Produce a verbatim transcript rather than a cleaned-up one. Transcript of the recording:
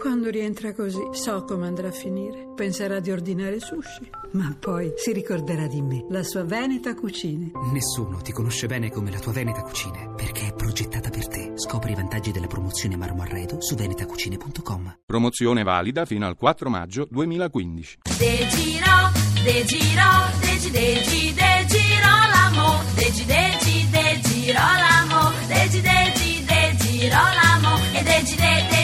Quando rientra così, so come andrà a finire. Penserà di ordinare sushi, ma poi si ricorderà di me, la sua Veneta Cucine. Nessuno ti conosce bene come la tua Veneta Cucine, perché è progettata per te. Scopri i vantaggi della promozione Marmo Arredo su venetacucine punto com. Promozione valida fino al quattro maggio duemilaquindici. De Giro, De Giro, Degi, Degi, De Girolamo, Degi, Degi, De Girolamo, Degi, Degi, De Girolamo, e Degi, De, De